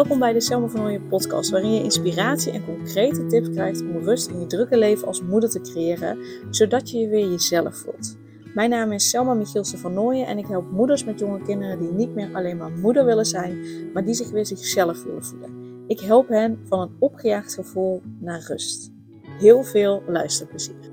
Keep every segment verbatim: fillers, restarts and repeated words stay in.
Welkom bij de Selma van Nooijen podcast, waarin je inspiratie en concrete tips krijgt om rust in je drukke leven als moeder te creëren, zodat je je weer jezelf voelt. Mijn naam is Selma Michielse van Nooijen en ik help moeders met jonge kinderen die niet meer alleen maar moeder willen zijn, maar die zich weer zichzelf willen voelen. Ik help hen van een opgejaagd gevoel naar rust. Heel veel luisterplezier.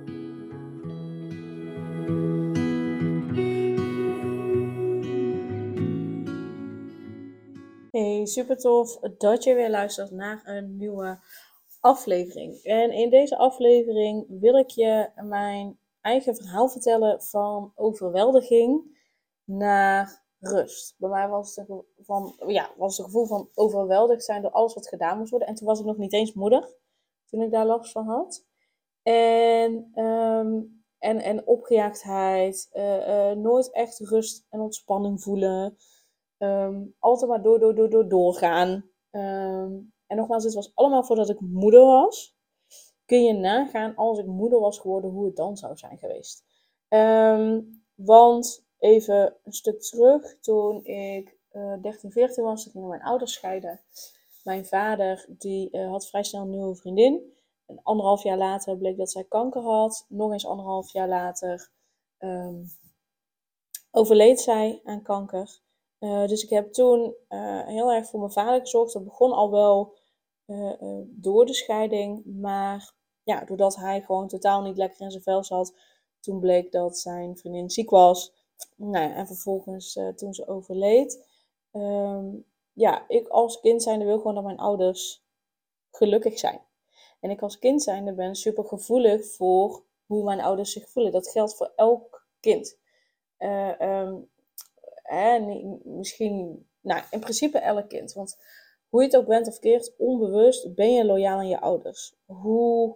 Hey, super tof dat je weer luistert naar een nieuwe aflevering. En in deze aflevering wil ik je mijn eigen verhaal vertellen van overweldiging naar rust. Bij mij was het, een, van, ja, was het gevoel van overweldigd zijn door alles wat gedaan moest worden. En toen was ik nog niet eens moeder, toen ik daar last van had. En, um, en, en opgejaagdheid, uh, uh, nooit echt rust en ontspanning voelen. Um, altijd maar door, door, door, door, doorgaan. Um, en nogmaals, dit was allemaal voordat ik moeder was. Kun je nagaan als ik moeder was geworden, hoe het dan zou zijn geweest. Um, want even een stuk terug, toen ik uh, dertien, veertien was, toen gingen mijn ouders scheiden. Mijn vader die uh, had vrij snel een nieuwe vriendin. En anderhalf jaar later bleek dat zij kanker had. Nog eens anderhalf jaar later um, overleed zij aan kanker. Uh, dus ik heb toen uh, heel erg voor mijn vader gezorgd. Dat begon al wel uh, uh, door de scheiding. Maar ja, doordat hij gewoon totaal niet lekker in zijn vel zat. Toen bleek dat zijn vriendin ziek was. Nou ja, en vervolgens uh, toen ze overleed. Um, ja, ik als kind zijnde wil gewoon dat mijn ouders gelukkig zijn. En ik als kind zijnde ben super gevoelig voor hoe mijn ouders zich voelen. Dat geldt voor elk kind. Uh, um, hè, niet, misschien, nou in principe elk kind. Want hoe je het ook bent of keert, onbewust ben je loyaal aan je ouders. Hoe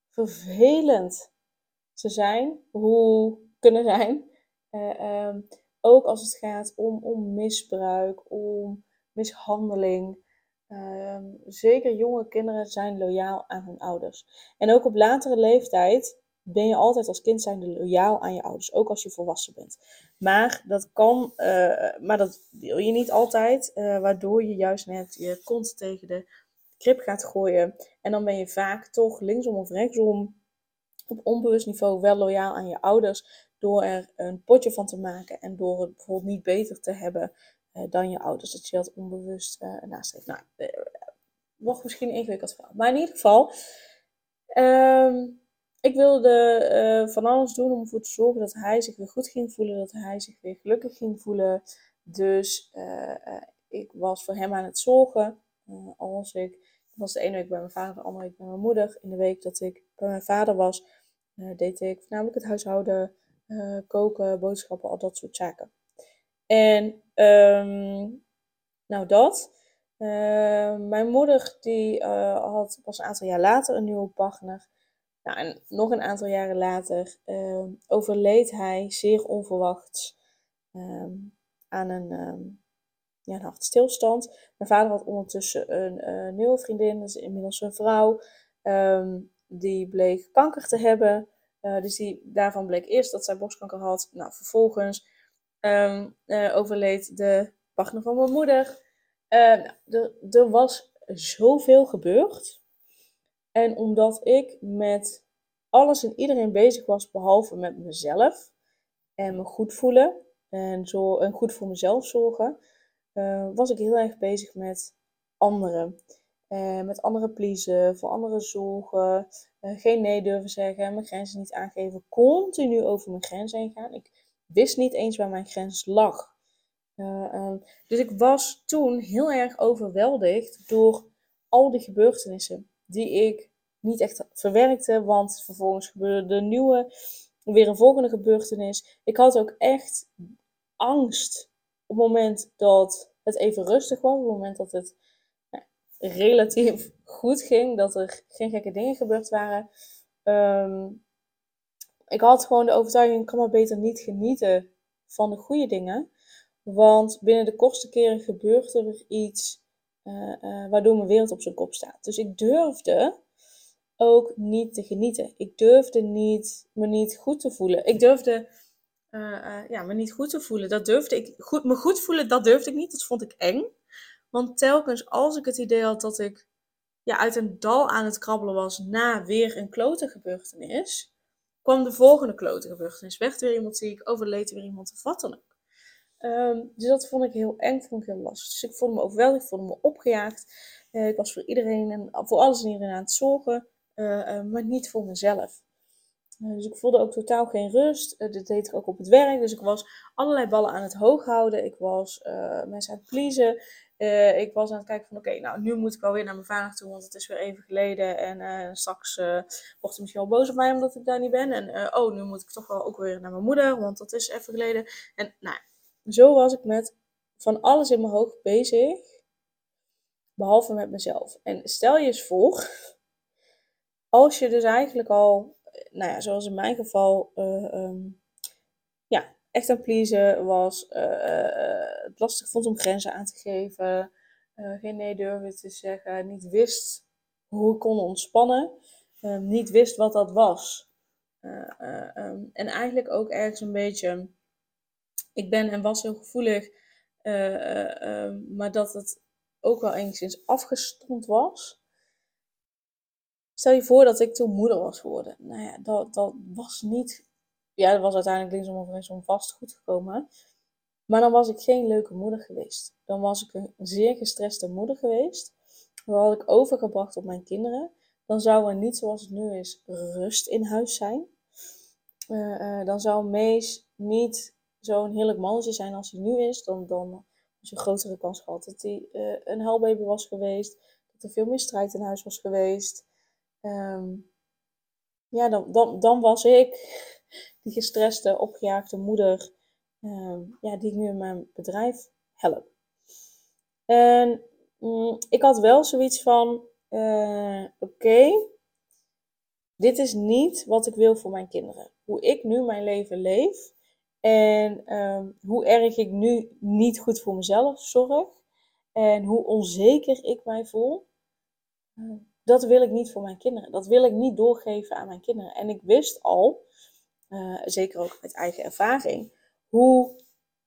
vervelend ze zijn, hoe kunnen zijn. Uh, um, ook als het gaat om, om misbruik, om mishandeling. Uh, zeker jonge kinderen zijn loyaal aan hun ouders. En ook op latere leeftijd ben je altijd als kind zijnde loyaal aan je ouders. Ook als je volwassen bent. Maar dat kan, uh, maar dat wil je niet altijd. Uh, waardoor je juist net je kont tegen de krip gaat gooien. En dan ben je vaak toch linksom of rechtsom op onbewust niveau wel loyaal aan je ouders. Door er een potje van te maken. En door het bijvoorbeeld niet beter te hebben uh, dan je ouders. Dat je dat onbewust uh, nastreeft. Nou, uh, wordt misschien een ingewikkeld verhaal. Maar in ieder geval. Um, ik wilde uh, van alles doen om ervoor te zorgen dat hij zich weer goed ging voelen. Dat hij zich weer gelukkig ging voelen. Dus uh, uh, ik was voor hem aan het zorgen. Uh, als ik, ik was de ene week bij mijn vader, de andere week bij mijn moeder. In de week dat ik bij mijn vader was, uh, deed ik voornamelijk het huishouden, uh, koken, boodschappen, al dat soort zaken. En um, nou dat. Uh, mijn moeder die uh, had pas een aantal jaar later een nieuwe partner. Nou, en nog een aantal jaren later uh, overleed hij zeer onverwachts um, aan een, um, ja, een hartstilstand. Mijn vader had ondertussen een uh, nieuwe vriendin, dat is inmiddels een vrouw. Um, die bleek kanker te hebben. Uh, dus die, daarvan bleek eerst dat zij borstkanker had. Nou, vervolgens um, uh, overleed de partner van mijn moeder. Uh, nou, er was zoveel gebeurd. En omdat ik met alles en iedereen bezig was, behalve met mezelf. En me goed voelen. En, zo, en goed voor mezelf zorgen. Uh, was ik heel erg bezig met anderen. Uh, met anderen pleasen, voor anderen zorgen. Uh, geen nee durven zeggen. Mijn grenzen niet aangeven. Continu over mijn grenzen heen gaan. Ik wist niet eens waar mijn grens lag. Uh, um, dus ik was toen heel erg overweldigd door al die gebeurtenissen die ik niet echt verwerkte, want vervolgens gebeurde er nieuwe, weer een volgende gebeurtenis. Ik had ook echt angst op het moment dat het even rustig was, op het moment dat het nou, relatief goed ging, dat er geen gekke dingen gebeurd waren. Um, ik had gewoon de overtuiging, ik kan maar beter niet genieten van de goede dingen. Want binnen de kortste keren gebeurt er iets uh, uh, waardoor mijn wereld op zijn kop staat. Dus ik durfde ook niet te genieten. Ik durfde niet, me niet goed te voelen. Ik durfde uh, uh, ja, me niet goed te voelen. Dat durfde ik. Goed, me goed voelen, dat durfde ik niet. Dat vond ik eng. Want telkens als ik het idee had dat ik ja, uit een dal aan het krabbelen was na weer een klote gebeurtenis, kwam de volgende klote gebeurtenis. Werd weer iemand ziek, overleed weer iemand of wat dan ook. Um, dus dat vond ik heel eng, vond ik heel lastig. Dus ik voelde me overweldigd, ik voelde me opgejaagd. Uh, ik was voor iedereen en voor alles en iedereen aan het zorgen, uh, uh, maar niet voor mezelf. Uh, dus ik voelde ook totaal geen rust. Uh, dit deed ik ook op het werk. Dus ik was allerlei ballen aan het hoog houden. Ik was uh, mensen aan het pleasen. Uh, ik was aan het kijken van oké, okay, nou nu moet ik wel weer naar mijn vader toe, want het is weer even geleden. En uh, straks uh, wordt hij misschien wel boos op mij omdat ik daar niet ben. En uh, oh, nu moet ik toch wel ook weer naar mijn moeder, want dat is even geleden. En nou, zo was ik met van alles in mijn hoofd bezig, behalve met mezelf. En stel je eens voor, als je dus eigenlijk al, nou ja, zoals in mijn geval, uh, um, ja, echt aan pleasen was, uh, uh, het lastig vond om grenzen aan te geven, uh, geen nee durfde te zeggen, niet wist hoe ik kon ontspannen, uh, niet wist wat dat was. Uh, uh, um, en eigenlijk ook ergens een beetje, ik ben en was heel gevoelig, uh, uh, uh, maar dat het ook wel enigszins afgestompt was. Stel je voor dat ik toen moeder was geworden. Nou ja, dat, dat was niet... Ja, dat was uiteindelijk linksom of rechtsom vast goed gekomen. Maar dan was ik geen leuke moeder geweest. Dan was ik een zeer gestreste moeder geweest. Dan had ik overgebracht op mijn kinderen. Dan zou er niet zoals het nu is rust in huis zijn. Uh, uh, dan zou Mees niet zo'n heerlijk mannetje zijn als hij nu is. Dan, dan was een grotere kans gehad dat hij uh, een huilbaby was geweest. Dat er veel meer strijd in huis was geweest. Um, ja, dan, dan, dan was ik die gestreste, opgejaagde moeder, um, ja, die ik nu in mijn bedrijf help. En mm, ik had wel zoiets van, uh, oké, okay, dit is niet wat ik wil voor mijn kinderen. Hoe ik nu mijn leven leef en um, hoe erg ik nu niet goed voor mezelf zorg en hoe onzeker ik mij voel. Uh, Dat wil ik niet voor mijn kinderen. Dat wil ik niet doorgeven aan mijn kinderen. En ik wist al, uh, zeker ook uit eigen ervaring, hoe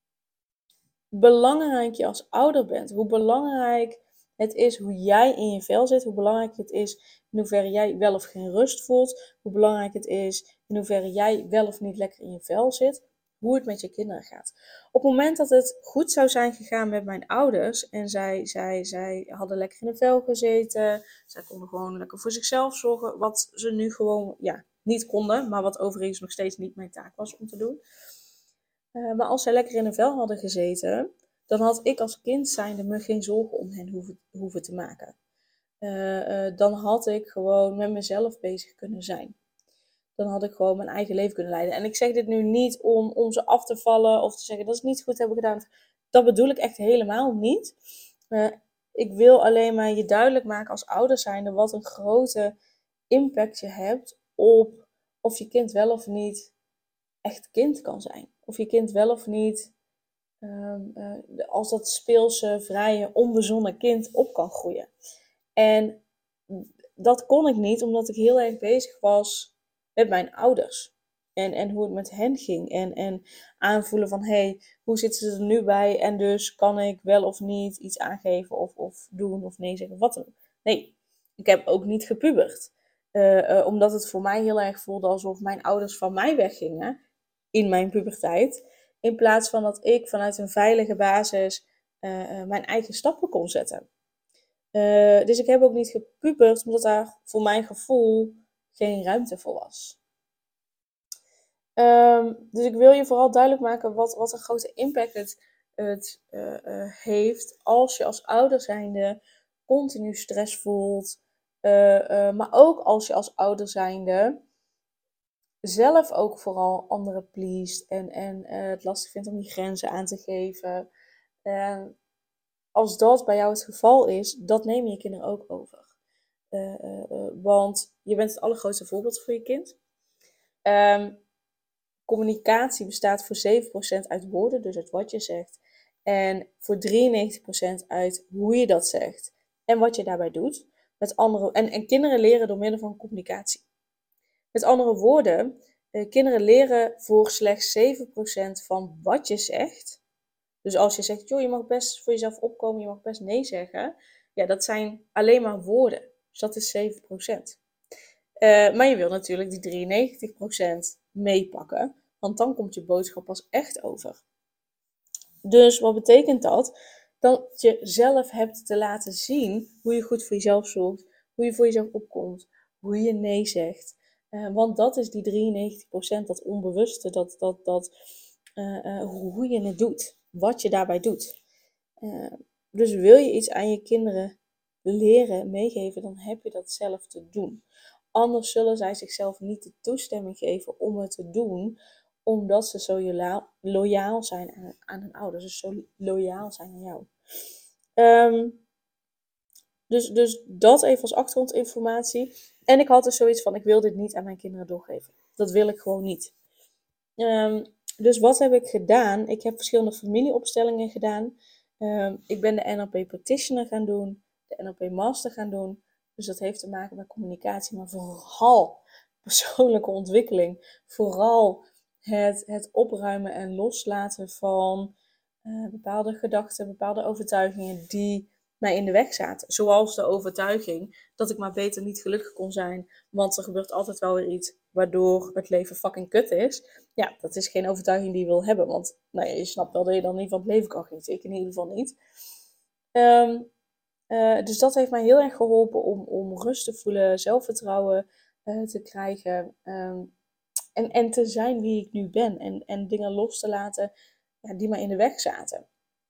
belangrijk je als ouder bent. Hoe belangrijk het is hoe jij in je vel zit. Hoe belangrijk het is in hoeverre jij wel of geen rust voelt. Hoe belangrijk het is in hoeverre jij wel of niet lekker in je vel zit. Hoe het met je kinderen gaat. Op het moment dat het goed zou zijn gegaan met mijn ouders. En zij, zij, zij hadden lekker in de vel gezeten. Zij konden gewoon lekker voor zichzelf zorgen. Wat ze nu gewoon ja, niet konden. Maar wat overigens nog steeds niet mijn taak was om te doen. Uh, maar als zij lekker in de vel hadden gezeten. Dan had ik als kind zijnde me geen zorgen om hen hoeven, hoeven te maken. Uh, uh, dan had ik gewoon met mezelf bezig kunnen zijn. Dan had ik gewoon mijn eigen leven kunnen leiden. En ik zeg dit nu niet om, om ze af te vallen of te zeggen dat ze het niet goed hebben gedaan. Dat bedoel ik echt helemaal niet. Uh, ik wil alleen maar je duidelijk maken als ouder zijnde wat een grote impact je hebt op of je kind wel of niet echt kind kan zijn. Of je kind wel of niet um, uh, als dat speelse, vrije, onbezonnen kind op kan groeien. En dat kon ik niet omdat ik heel erg bezig was met mijn ouders. En, en hoe het met hen ging. En, en aanvoelen van, hé, hey, hoe zitten ze er nu bij? En dus kan ik wel of niet iets aangeven of, of doen of nee zeggen of wat dan ook. Nee, ik heb ook niet gepubert. Uh, uh, omdat het voor mij heel erg voelde alsof mijn ouders van mij weggingen in mijn puberteit. In plaats van dat ik vanuit een veilige basis uh, uh, mijn eigen stappen kon zetten. Uh, dus ik heb ook niet gepubert, omdat daar voor mijn gevoel geen ruimte voor was. Um, dus ik wil je vooral duidelijk maken wat, wat een grote impact het, het uh, uh, heeft als je als ouder zijnde continu stress voelt. Uh, uh, maar ook als je als ouder zijnde zelf ook vooral anderen pleest en, en uh, het lastig vindt om die grenzen aan te geven. Uh, als dat bij jou het geval is, dat nemen je kinderen ook over. Uh, uh, uh, want je bent het allergrootste voorbeeld voor je kind. Um, communicatie bestaat voor zeven procent uit woorden, dus uit wat je zegt. En voor drieënnegentig procent uit hoe je dat zegt en wat je daarbij doet. Met andere, en, en kinderen leren door middel van communicatie. Met andere woorden, uh, kinderen leren voor slechts zeven procent van wat je zegt Dus als je zegt, joh, je mag best voor jezelf opkomen, je mag best nee zeggen. Ja, dat zijn alleen maar woorden. Dus dat is zeven procent. Uh, maar je wil natuurlijk die drieënnegentig procent meepakken. Want dan komt je boodschap pas echt over. Dus wat betekent dat? Dat je zelf hebt te laten zien hoe je goed voor jezelf zorgt. Hoe je voor jezelf opkomt. Hoe je nee zegt. Uh, want dat is die drieënnegentig procent, dat onbewuste. Dat, dat, dat, uh, uh, hoe je het doet. Wat je daarbij doet. Uh, dus wil je iets aan je kinderen leren, meegeven, dan heb je dat zelf te doen. Anders zullen zij zichzelf niet de toestemming geven om het te doen, omdat ze zo loyaal zijn aan, aan hun ouders. Dus zo loyaal zijn aan jou. Um, dus, dus dat even als achtergrondinformatie. En ik had dus zoiets van, ik wil dit niet aan mijn kinderen doorgeven. Dat wil ik gewoon niet. Um, dus wat heb ik gedaan? Ik heb verschillende familieopstellingen gedaan. Um, ik ben de N L P Practitioner gaan doen. De N L P Master gaan doen. Dus dat heeft te maken met communicatie, maar vooral persoonlijke ontwikkeling. Vooral het, het opruimen en loslaten van uh, bepaalde gedachten, bepaalde overtuigingen die mij in de weg zaten. Zoals de overtuiging dat ik maar beter niet gelukkig kon zijn, want er gebeurt altijd wel weer iets waardoor het leven fucking kut is. Ja, dat is geen overtuiging die je wil hebben, want nou ja, je snapt wel dat je dan niet van het leven kan genieten. Ik in ieder geval niet. Um, Uh, dus dat heeft mij heel erg geholpen om, om rust te voelen, zelfvertrouwen uh, te krijgen um, en, en te zijn wie ik nu ben en, en dingen los te laten ja, die mij in de weg zaten.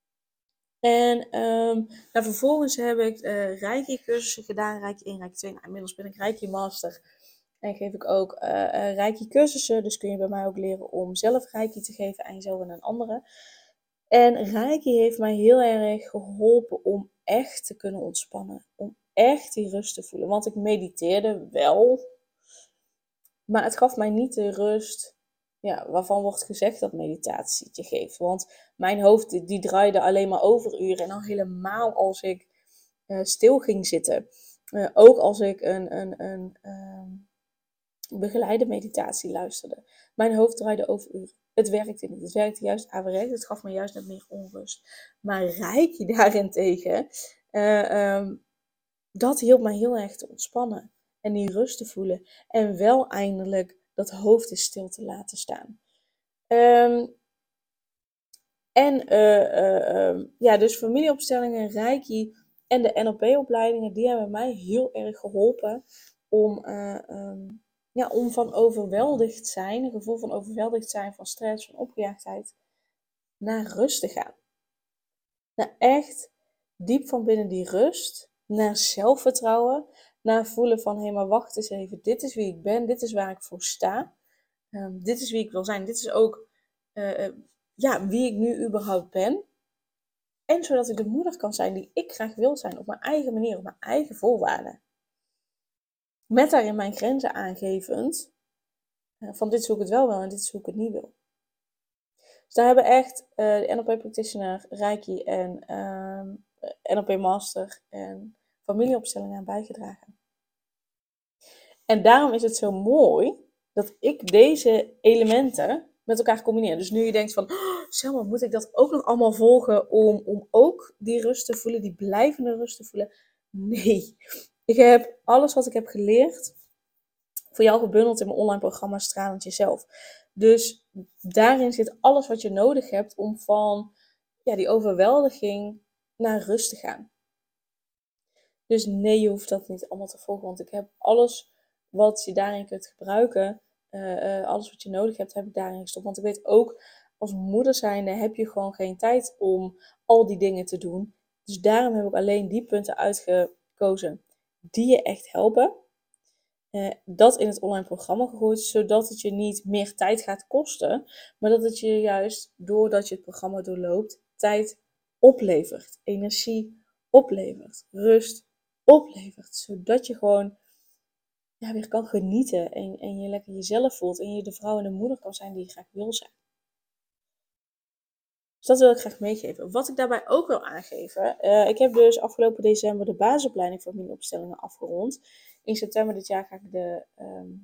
En um, nou, vervolgens heb ik uh, Reiki-cursussen gedaan, Reiki één, Reiki twee. Nou, inmiddels ben ik Reiki-master en geef ik ook uh, uh, Reiki-cursussen. Dus kun je bij mij ook leren om zelf Reiki te geven aan jezelf en aan anderen. En Reiki heeft mij heel erg geholpen om echt te kunnen ontspannen. Om echt die rust te voelen. Want ik mediteerde wel. Maar het gaf mij niet de rust ja, waarvan wordt gezegd dat meditatie je geeft. Want mijn hoofd die, die draaide alleen maar overuren. En al helemaal als ik uh, stil ging zitten. Uh, ook als ik een, een, een um, begeleide meditatie luisterde. Mijn hoofd draaide overuren. Het werkte niet. Het werkte juist averechts. Het gaf me juist net meer onrust. Maar Reiki daarentegen, uh, um, dat hielp mij heel erg te ontspannen. En die rust te voelen. En wel eindelijk dat hoofd eens stil te laten staan. Um, en uh, uh, um, ja, dus familieopstellingen, Reiki en de N L P-opleidingen, die hebben mij heel erg geholpen om... Uh, um, Ja, om van overweldigd zijn, een gevoel van overweldigd zijn, van stress, van opgejaagdheid, naar rust te gaan. Naar echt diep van binnen die rust, naar zelfvertrouwen, naar voelen van, hé, hey, maar wacht eens even, dit is wie ik ben, dit is waar ik voor sta, um, dit is wie ik wil zijn, dit is ook uh, uh, ja, wie ik nu überhaupt ben. En zodat ik de moeder kan zijn die ik graag wil zijn, op mijn eigen manier, op mijn eigen voorwaarden. Met daarin mijn grenzen aangevend, van dit is hoe ik het wel wil en dit is hoe ik het niet wil. Dus daar hebben echt uh, de N L P Practitioner, Reiki en um, N L P Master en familieopstellingen aan bijgedragen. En daarom is het zo mooi dat ik deze elementen met elkaar combineer. Dus nu je denkt van, oh, Selma, moet ik dat ook nog allemaal volgen om, om ook die rust te voelen, die blijvende rust te voelen? Nee. Ik heb alles wat ik heb geleerd voor jou gebundeld in mijn online programma Stralend Jezelf. Dus daarin zit alles wat je nodig hebt om van ja, die overweldiging naar rust te gaan. Dus nee, je hoeft dat niet allemaal te volgen. Want ik heb alles wat je daarin kunt gebruiken, uh, uh, alles wat je nodig hebt, heb ik daarin gestopt. Want ik weet ook, als moeder zijnde heb je gewoon geen tijd om al die dingen te doen. Dus daarom heb ik alleen die punten uitgekozen die je echt helpen. Uh, dat in het online programma gegooid, zodat het je niet meer tijd gaat kosten, maar dat het je juist, doordat je het programma doorloopt, tijd oplevert, energie oplevert, rust oplevert, zodat je gewoon ja, weer kan genieten en, en je lekker jezelf voelt en je de vrouw en de moeder kan zijn die je graag wil zijn. Dus dat wil ik graag meegeven. Wat ik daarbij ook wil aangeven, uh, ik heb dus afgelopen december de basisopleiding voor familieopstellingen afgerond. In september dit jaar ga ik de um,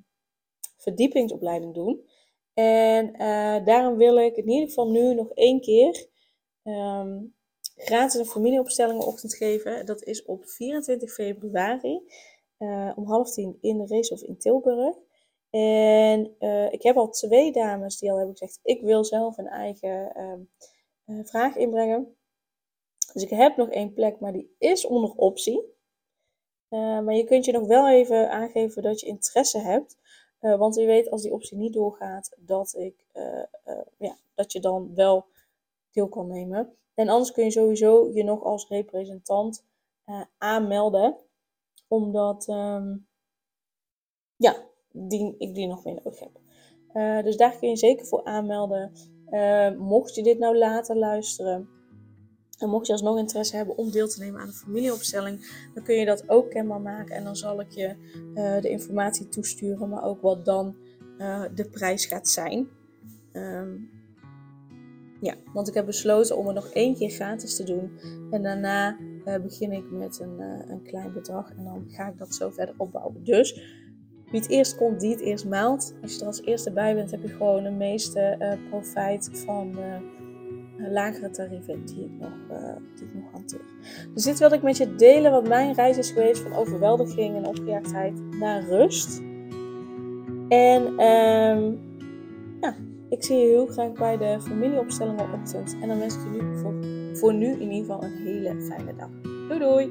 verdiepingsopleiding doen. En uh, daarom wil ik in ieder geval nu nog één keer um, gratis een familieopstellingenochtend geven. Dat is op vierentwintig februari uh, om half tien in de Racehof in Tilburg. En uh, ik heb al twee dames die al hebben gezegd, ik wil zelf een eigen uh, uh, vraag inbrengen. Dus ik heb nog één plek, maar die is onder optie. Uh, maar je kunt je nog wel even aangeven dat je interesse hebt. Uh, want wie weet, als die optie niet doorgaat, dat, ik, uh, uh, ja, dat je dan wel deel kan nemen. En anders kun je sowieso je nog als representant uh, aanmelden. Omdat um, ja, die, ik die nog meer nodig heb. Uh, dus daar kun je zeker voor aanmelden. Uh, mocht je dit nou later luisteren. En mocht je alsnog interesse hebben om deel te nemen aan de familieopstelling, dan kun je dat ook kenbaar maken. En dan zal ik je uh, de informatie toesturen, maar ook wat dan uh, de prijs gaat zijn. Um, ja, want ik heb besloten om het nog één keer gratis te doen. En daarna uh, begin ik met een, uh, een klein bedrag en dan ga ik dat zo verder opbouwen. Dus wie het eerst komt, die het eerst maalt. Als je er als eerste bij bent, heb je gewoon de meeste uh, profijt van Uh, lagere tarieven die ik, nog, uh, die ik nog hanteer. Dus dit wilde ik met je delen wat mijn reis is geweest van overweldiging en opgejaagdheid naar rust. En um, ja, ik zie je heel graag bij de familieopstellingenochtend. En dan wens ik je nu voor, voor nu in ieder geval een hele fijne dag. Doei doei!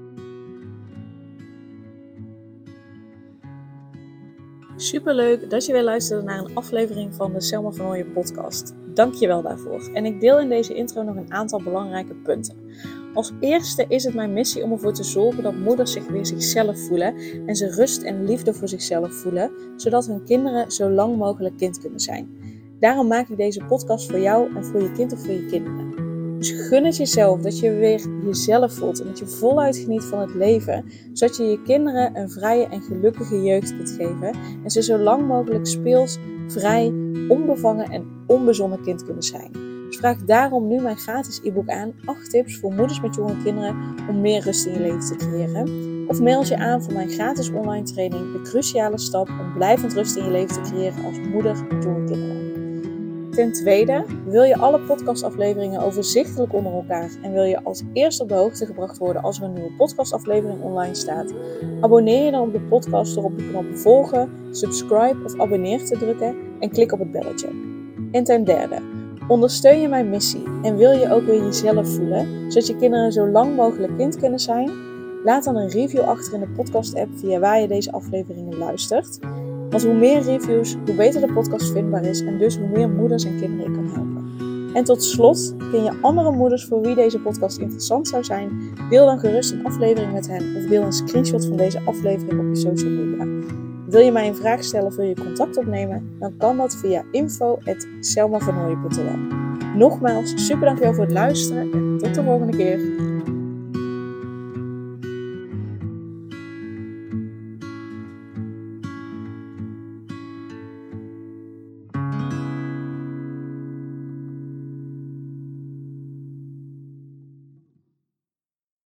Superleuk dat je weer luisterde naar een aflevering van de Selma van Nooijen podcast. Dank je wel daarvoor. En ik deel in deze intro nog een aantal belangrijke punten. Als eerste is het mijn missie om ervoor te zorgen dat moeders zich weer zichzelf voelen en ze rust en liefde voor zichzelf voelen, zodat hun kinderen zo lang mogelijk kind kunnen zijn. Daarom maak ik deze podcast voor jou en voor je kind of voor je kinderen. Dus gun het jezelf dat je weer jezelf voelt en dat je voluit geniet van het leven, zodat je je kinderen een vrije en gelukkige jeugd kunt geven en ze zo lang mogelijk speels, vrij, onbevangen en onbezonnen kind kunnen zijn. Dus vraag daarom nu mijn gratis e-book aan, acht tips voor moeders met jonge kinderen om meer rust in je leven te creëren. Of meld je aan voor mijn gratis online training, de cruciale stap om blijvend rust in je leven te creëren als moeder met jonge kinderen. Ten tweede, wil je alle podcastafleveringen overzichtelijk onder elkaar en wil je als eerste op de hoogte gebracht worden als er een nieuwe podcastaflevering online staat? Abonneer je dan op de podcast door op de knop volgen, subscribe of abonneer te drukken en klik op het belletje. En ten derde, ondersteun je mijn missie en wil je ook weer jezelf voelen, zodat je kinderen zo lang mogelijk kind kunnen zijn? Laat dan een review achter in de podcast app via waar je deze afleveringen luistert. Want hoe meer reviews, hoe beter de podcast vindbaar is en dus hoe meer moeders en kinderen ik kan helpen. En tot slot, ken je andere moeders voor wie deze podcast interessant zou zijn? Deel dan gerust een aflevering met hen of deel een screenshot van deze aflevering op je social media. Wil je mij een vraag stellen of wil je contact opnemen? Dan kan dat via info at selma van nooijen punt n l. Nogmaals, super dankjewel voor het luisteren en tot de volgende keer.